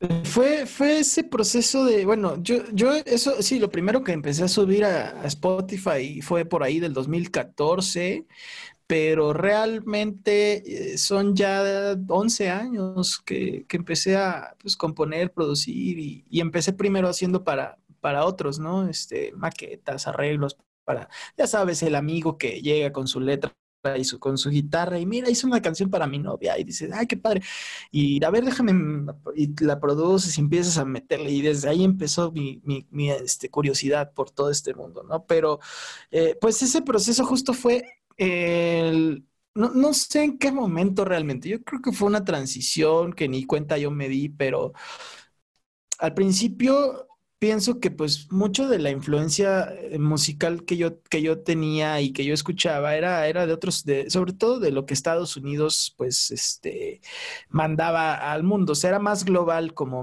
Fue ese proceso bueno, yo eso sí, lo primero que empecé a subir a Spotify fue por ahí del 2014, pero realmente son ya 11 años que empecé a pues, componer, producir y empecé primero haciendo para otros, ¿no? Maquetas, arreglos para, ya sabes, el amigo que llega con su letra y con su guitarra y mira, hice una canción para mi novia y dices, ay, qué padre. Y a ver, déjame, y la produces y empiezas a meterle y desde ahí empezó mi curiosidad por todo este mundo, ¿no? Pero pues ese proceso justo fue no sé en qué momento realmente. Yo creo que fue una transición que ni cuenta yo me di, pero al principio pienso que pues mucho de la influencia musical que yo tenía y que yo escuchaba era de otros, sobre todo de lo que Estados Unidos pues mandaba al mundo. O sea, era más global como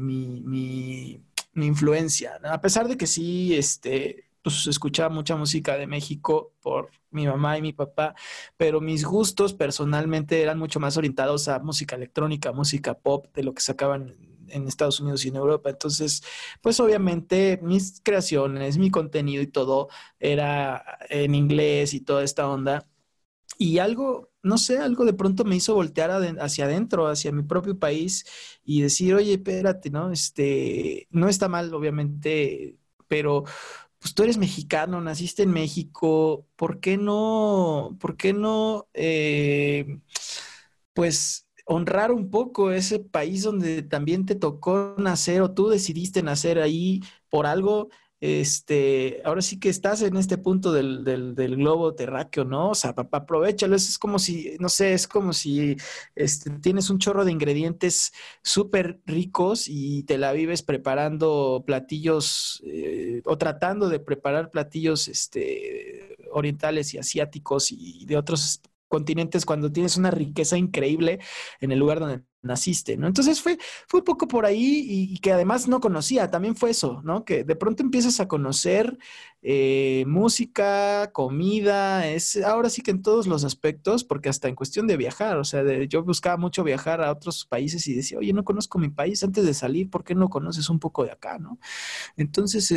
mi influencia, ¿no? A pesar de que sí, pues escuchaba mucha música de México por mi mamá y mi papá, pero mis gustos personalmente eran mucho más orientados a música electrónica, música pop, de lo que sacaban en Estados Unidos y en Europa. Entonces, pues obviamente mis creaciones, mi contenido y todo era en inglés y toda esta onda. Y algo, no sé, algo de pronto me hizo voltear hacia adentro, hacia mi propio país y decir, oye, espérate, ¿no? No está mal, obviamente, pero pues tú eres mexicano, naciste en México, ¿por qué no, pues honrar un poco ese país donde también te tocó nacer o tú decidiste nacer ahí por algo? ahora sí que estás en este punto del globo terráqueo, ¿no? O sea, aprovechalo, es como si, no sé, es como si tienes un chorro de ingredientes súper ricos y te la vives preparando platillos o tratando de preparar platillos orientales y asiáticos y de otros continentes cuando tienes una riqueza increíble en el lugar donde naciste, ¿no? Entonces fue un poco por ahí y que además no conocía, también fue eso, ¿no? Que de pronto empiezas a conocer música, comida, es ahora sí que en todos los aspectos, porque hasta en cuestión de viajar, o sea, yo buscaba mucho viajar a otros países y decía, oye, no conozco mi país antes de salir, ¿por qué no conoces un poco de acá, ¿no? Entonces,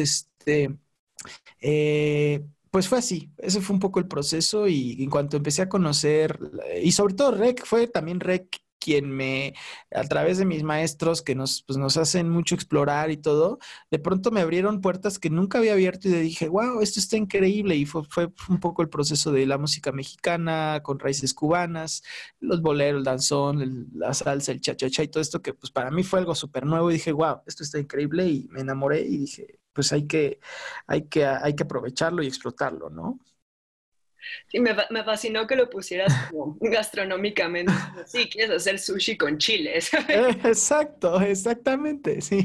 pues fue así, ese fue un poco el proceso y en cuanto empecé a conocer, y sobre todo Rec, fue también Rec quien a través de mis maestros que pues nos hacen mucho explorar y todo, de pronto me abrieron puertas que nunca había abierto y dije, wow, esto está increíble y fue un poco el proceso de la música mexicana con raíces cubanas, los boleros, el danzón, la salsa, el cha-cha-cha y todo esto que pues para mí fue algo súper nuevo y dije, wow, esto está increíble y me enamoré y dije, pues hay que aprovecharlo y explotarlo, ¿no? Sí, me fascinó que lo pusieras como gastronómicamente. Sí, quieres hacer sushi con chiles. Exacto, exactamente, sí.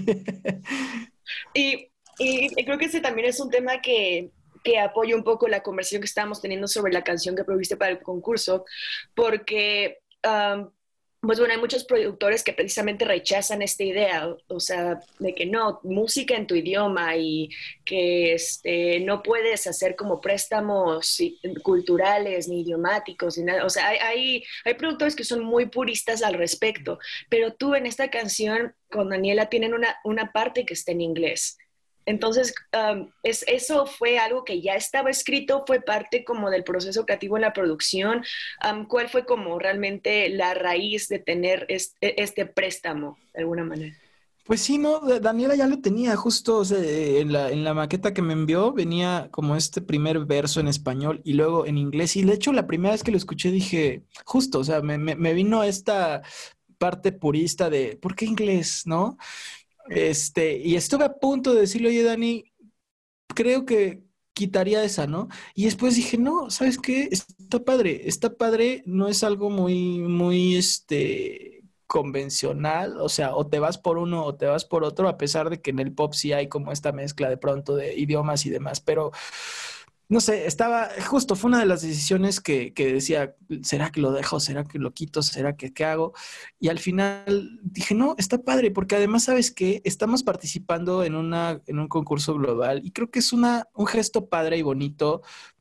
Y creo que ese también es un tema que apoya un poco la conversación que estábamos teniendo sobre la canción que produjiste para el concurso, porque, pues bueno, hay muchos productores que precisamente rechazan esta idea, o sea, de que no, música en tu idioma y que no puedes hacer como préstamos culturales ni idiomáticos, ni nada. O sea, hay productores que son muy puristas al respecto, pero tú en esta canción con Daniela tienen una parte que está en inglés. Entonces, eso fue algo que ya estaba escrito, fue parte como del proceso creativo en la producción. ¿Cuál fue como realmente la raíz de tener este préstamo, de alguna manera? Pues sí, no, Daniela ya lo tenía justo, o sea, en la maqueta que me envió venía como este primer verso en español y luego en inglés. Y de hecho, la primera vez que lo escuché dije, justo, o sea, me vino esta parte purista de, ¿por qué inglés, no? Y estuve a punto de decirle, oye, Dani, creo que quitaría esa, ¿no? Y después dije, no, ¿sabes qué? Está padre, no es algo muy, convencional, o sea, o te vas por uno o te vas por otro, a pesar de que en el pop sí hay como esta mezcla de pronto de idiomas y demás, pero no sé, justo, fue una de las decisiones que decía, ¿será que lo dejo? ¿Será que lo quito? ¿Será que qué hago? Y al final dije, no, está padre, porque además, ¿sabes qué? Estamos participando en un concurso global y creo que es un gesto padre y bonito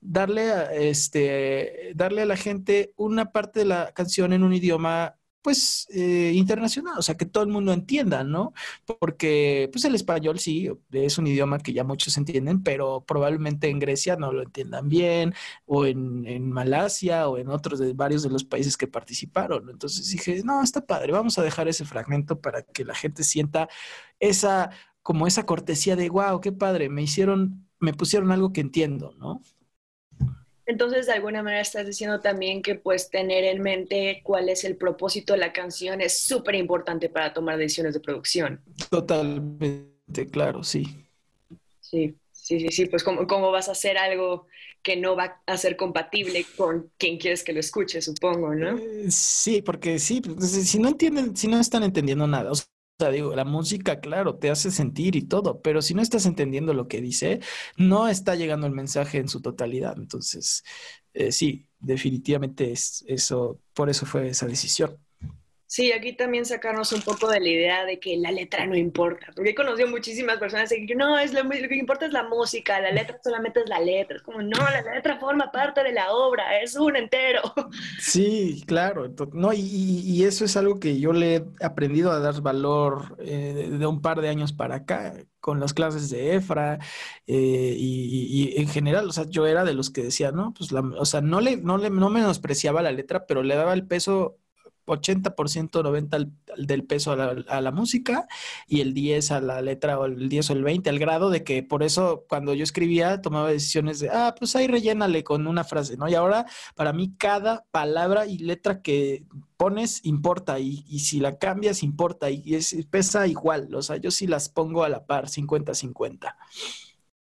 darle a la gente una parte de la canción en un idioma pues internacional, o sea, que todo el mundo entienda, ¿no? Porque pues el español sí, es un idioma que ya muchos entienden, pero probablemente en Grecia no lo entiendan bien, o en Malasia, o en otros de varios de los países que participaron. Entonces dije, no, está padre, vamos a dejar ese fragmento para que la gente sienta esa, como esa cortesía de, wow, qué padre, me pusieron algo que entiendo, ¿no? Entonces, de alguna manera estás diciendo también que pues tener en mente cuál es el propósito de la canción es súper importante para tomar decisiones de producción. Totalmente, claro, sí. Sí, sí, sí, sí, pues cómo vas a hacer algo que no va a ser compatible con quien quieres que lo escuche, supongo, ¿no? Sí, porque sí, pues, si no entienden, si no están entendiendo nada, o sea, digo, la música, claro, te hace sentir y todo, pero si no estás entendiendo lo que dice, no está llegando el mensaje en su totalidad. Entonces, sí, definitivamente es eso, por eso fue esa decisión. Sí, aquí también sacarnos un poco de la idea de que la letra no importa, porque he conocido muchísimas personas que dicen, no, lo que importa es la música, la letra solamente es la letra, es como, no, la letra forma parte de la obra, es un entero. Sí, claro. No, y eso es algo que yo le he aprendido a dar valor de un par de años para acá, con las clases de Efra y en general, o sea, yo era de los que decía, no, pues, o sea, no menospreciaba la letra, pero le daba el peso 80%, 90% del peso a la música y el 10 a la letra o el 10 o el 20 al grado de que por eso cuando yo escribía tomaba decisiones de, pues ahí rellénale con una frase, ¿no? Y ahora para mí cada palabra y letra que pones importa y si la cambias importa y pesa igual, o sea, yo sí las pongo a la par, 50-50.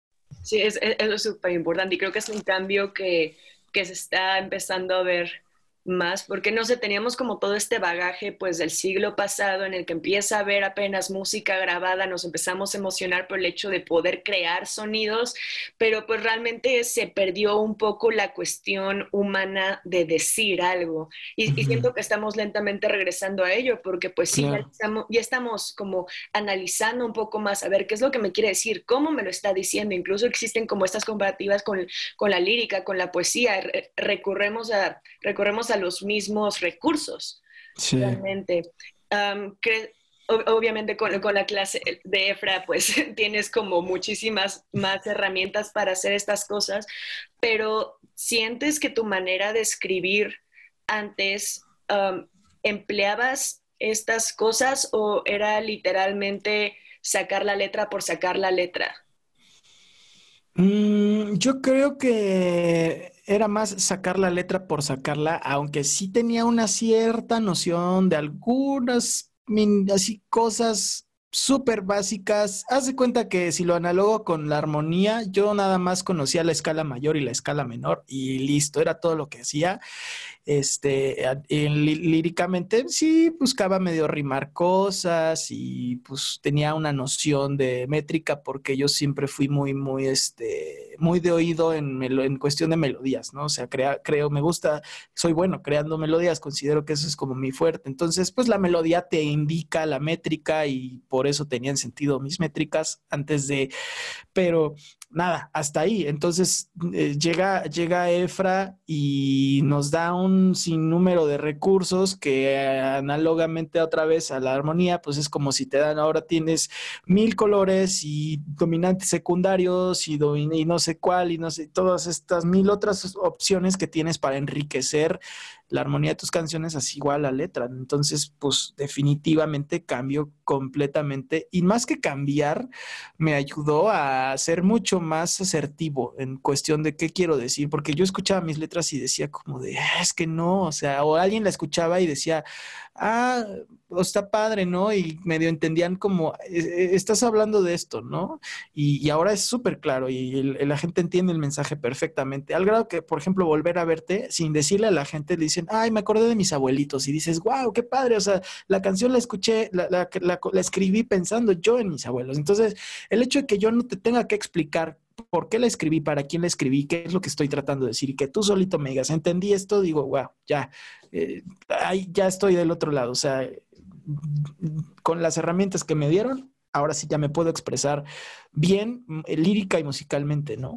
Sí, eso es súper importante y creo que es un cambio que se está empezando a ver más, porque no sé, teníamos como todo este bagaje pues del siglo pasado en el que empieza a ver apenas música grabada, nos empezamos a emocionar por el hecho de poder crear sonidos, pero pues realmente se perdió un poco la cuestión humana de decir algo y Ujú, siento que estamos lentamente regresando a ello, porque pues sí, claro. ya estamos como analizando un poco más a ver qué es lo que me quiere decir, cómo me lo está diciendo, incluso existen como estas comparativas con la lírica, con la poesía, recorremos a los mismos recursos, Sí. realmente. Obviamente con la clase de Efra, pues tienes como muchísimas más herramientas para hacer estas cosas, pero sientes que tu manera de escribir antes empleabas estas cosas o era literalmente sacar la letra por sacar la letra. Yo creo que era más sacar la letra por sacarla, aunque sí tenía una cierta noción de algunas así cosas súper básicas. Haz de cuenta que si lo analogo con la armonía, yo nada más conocía la escala mayor y la escala menor y listo, era todo lo que hacía. Líricamente sí buscaba medio rimar cosas y pues tenía una noción de métrica porque yo siempre fui muy de oído en cuestión de melodías, ¿no? O sea, creo, me gusta, soy bueno creando melodías, considero que eso es como mi fuerte. Entonces, pues la melodía te indica la métrica y por eso tenían sentido mis métricas pero nada, hasta ahí. Entonces llega Efra y nos da un sinnúmero de recursos que análogamente otra vez a la armonía, pues es como si te dan, ahora tienes 1000 colores y dominantes secundarios y no sé cuál y no sé, todas estas 1000 otras opciones que tienes para enriquecer la armonía de tus canciones, así igual la letra. Entonces, pues definitivamente cambio completamente y más que cambiar, me ayudó a ser mucho más asertivo en cuestión de qué quiero decir, porque yo escuchaba mis letras y decía como de, es que no, o sea, o alguien la escuchaba y decía, ah, está padre, ¿no? Y medio entendían como, estás hablando de esto, ¿no? Y ahora es súper claro y la gente entiende el mensaje perfectamente, al grado que, por ejemplo, volver a verte, sin decirle a la gente, le dicen, ay, me acordé de mis abuelitos y dices, wow, qué padre, o sea, la canción la escuché, la escribí pensando yo en mis abuelos. Entonces, el hecho de que yo no te tenga que explicar por qué la escribí, para quién la escribí, qué es lo que estoy tratando de decir y que tú solito me digas, entendí esto, digo, wow, ya, ahí ya estoy del otro lado. O sea, con las herramientas que me dieron, ahora sí ya me puedo expresar bien lírica y musicalmente, ¿no?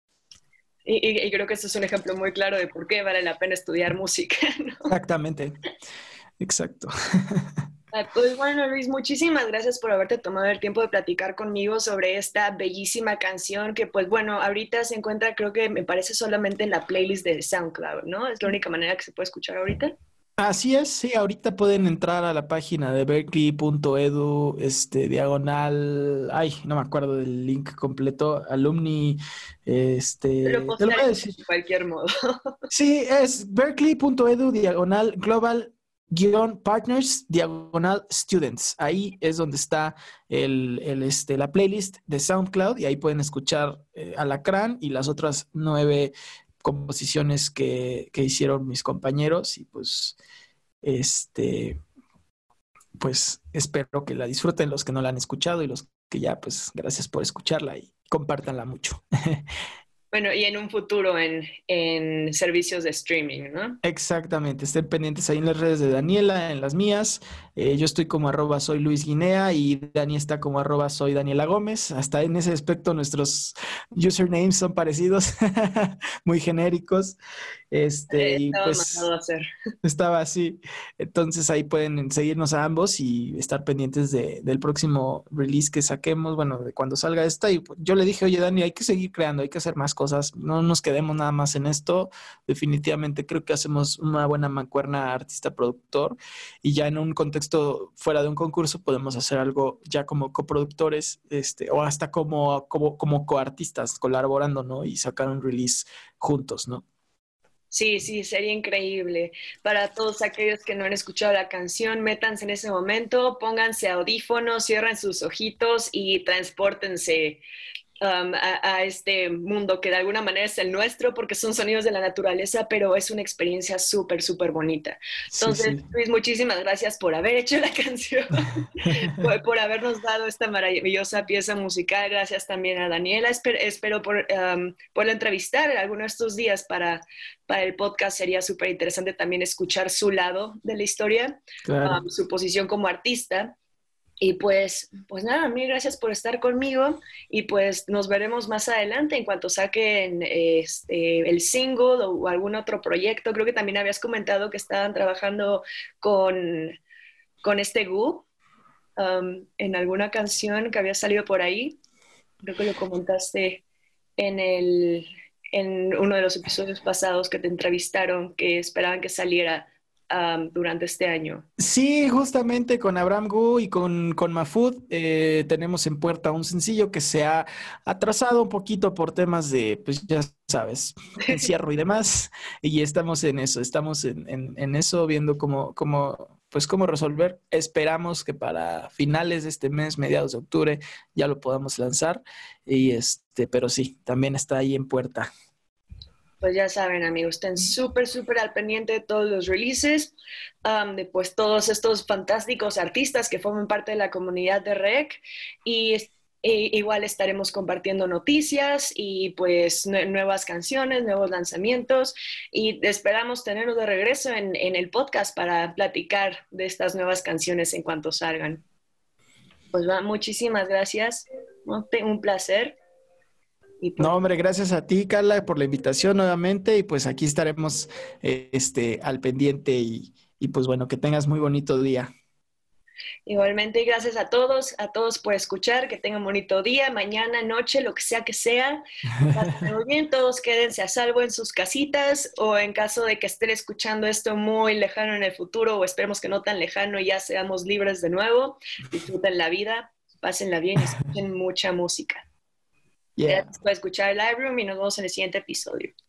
Y creo que este es un ejemplo muy claro de por qué vale la pena estudiar música, ¿no? Exactamente, exacto. Pues bueno, Luis, muchísimas gracias por haberte tomado el tiempo de platicar conmigo sobre esta bellísima canción que, pues bueno, ahorita se encuentra, creo que me parece solamente en la playlist de SoundCloud, ¿no? Es la única manera que se puede escuchar ahorita. Así es, sí, ahorita pueden entrar a la página de berkeley.edu, diagonal, ay, no me acuerdo del link completo, alumni, Te lo te lo voy a postaremos decir. de cualquier modo. Sí, es berkeley.edu, diagonal, global, guión, partners, diagonal, students. Ahí es donde está la playlist de SoundCloud y ahí pueden escuchar Alacrán y las otras 9 composiciones que hicieron mis compañeros y este, pues espero que la disfruten los que no la han escuchado y los que ya, pues gracias por escucharla y compártanla mucho. Bueno, y en un futuro en servicios de streaming, ¿no? Exactamente, estén pendientes ahí en las redes de Daniela, en las mías. Yo estoy como soy Luis Guinea y Dani está como soy Daniela Gómez. Hasta en ese aspecto nuestros usernames son parecidos, muy genéricos. Y Estaba mandado pues a hacer. estaba así. Entonces ahí pueden seguirnos a ambos y estar pendientes del próximo release que saquemos, bueno, de cuando salga esta. Y pues, yo le dije, oye, Dani, hay que seguir creando, hay que hacer más cosas, no nos quedemos nada más en esto. Definitivamente creo que hacemos una buena mancuerna artista-productor y ya en un contexto fuera de un concurso podemos hacer algo ya como coproductores, o hasta como coartistas, colaborando, ¿no? Y sacar un release juntos, ¿no? Sí, sí, sería increíble. Para todos aquellos que no han escuchado la canción, métanse en ese momento, pónganse audífonos, cierren sus ojitos y transpórtense a este mundo que de alguna manera es el nuestro porque son sonidos de la naturaleza, pero es una experiencia súper, súper bonita. Sí, Entonces, sí. Luis, muchísimas gracias por haber hecho la canción, por habernos dado esta maravillosa pieza musical. Gracias también a Daniela. Espero por entrevistar alguno de estos días para el podcast. Sería súper interesante también escuchar su lado de la historia, Claro. su posición como artista. Y pues nada, mil gracias por estar conmigo y pues nos veremos más adelante en cuanto saquen el single o algún otro proyecto. Creo que también habías comentado que estaban trabajando con, con este Gu en alguna canción que había salido por ahí. Creo que lo comentaste en en uno de los episodios pasados que te entrevistaron, que esperaban que saliera durante este año. Sí, justamente con Abraham Gu y con Mahfood tenemos en puerta un sencillo que se ha atrasado un poquito por temas de, pues ya sabes, encierro y demás, y estamos en eso, estamos en eso viendo pues cómo resolver. Esperamos que para finales de este mes, mediados de octubre, ya lo podamos lanzar, y pero sí, también está ahí en puerta. Pues ya saben, amigos, estén súper, súper al pendiente de todos los releases, de pues todos estos fantásticos artistas que forman parte de la comunidad de REC y igual estaremos compartiendo noticias y pues nuevas canciones, nuevos lanzamientos y esperamos tenerlos de regreso en el podcast para platicar de estas nuevas canciones en cuanto salgan. Pues va, muchísimas gracias, ¿no? Un placer. Y pues No, hombre, gracias a ti, Carla, por la invitación nuevamente, y pues aquí estaremos al pendiente, y pues bueno, que tengas muy bonito día. igualmente, gracias a todos por escuchar, que tengan un bonito día, mañana, noche, lo que sea. Pásenlo bien, todos quédense a salvo en sus casitas o en caso de que estén escuchando esto muy lejano en el futuro o esperemos que no tan lejano y ya seamos libres de nuevo. Disfruten la vida, pásenla bien y escuchen mucha música. Yeah. Gracias por escuchar el Live Room y nos vemos en el siguiente episodio.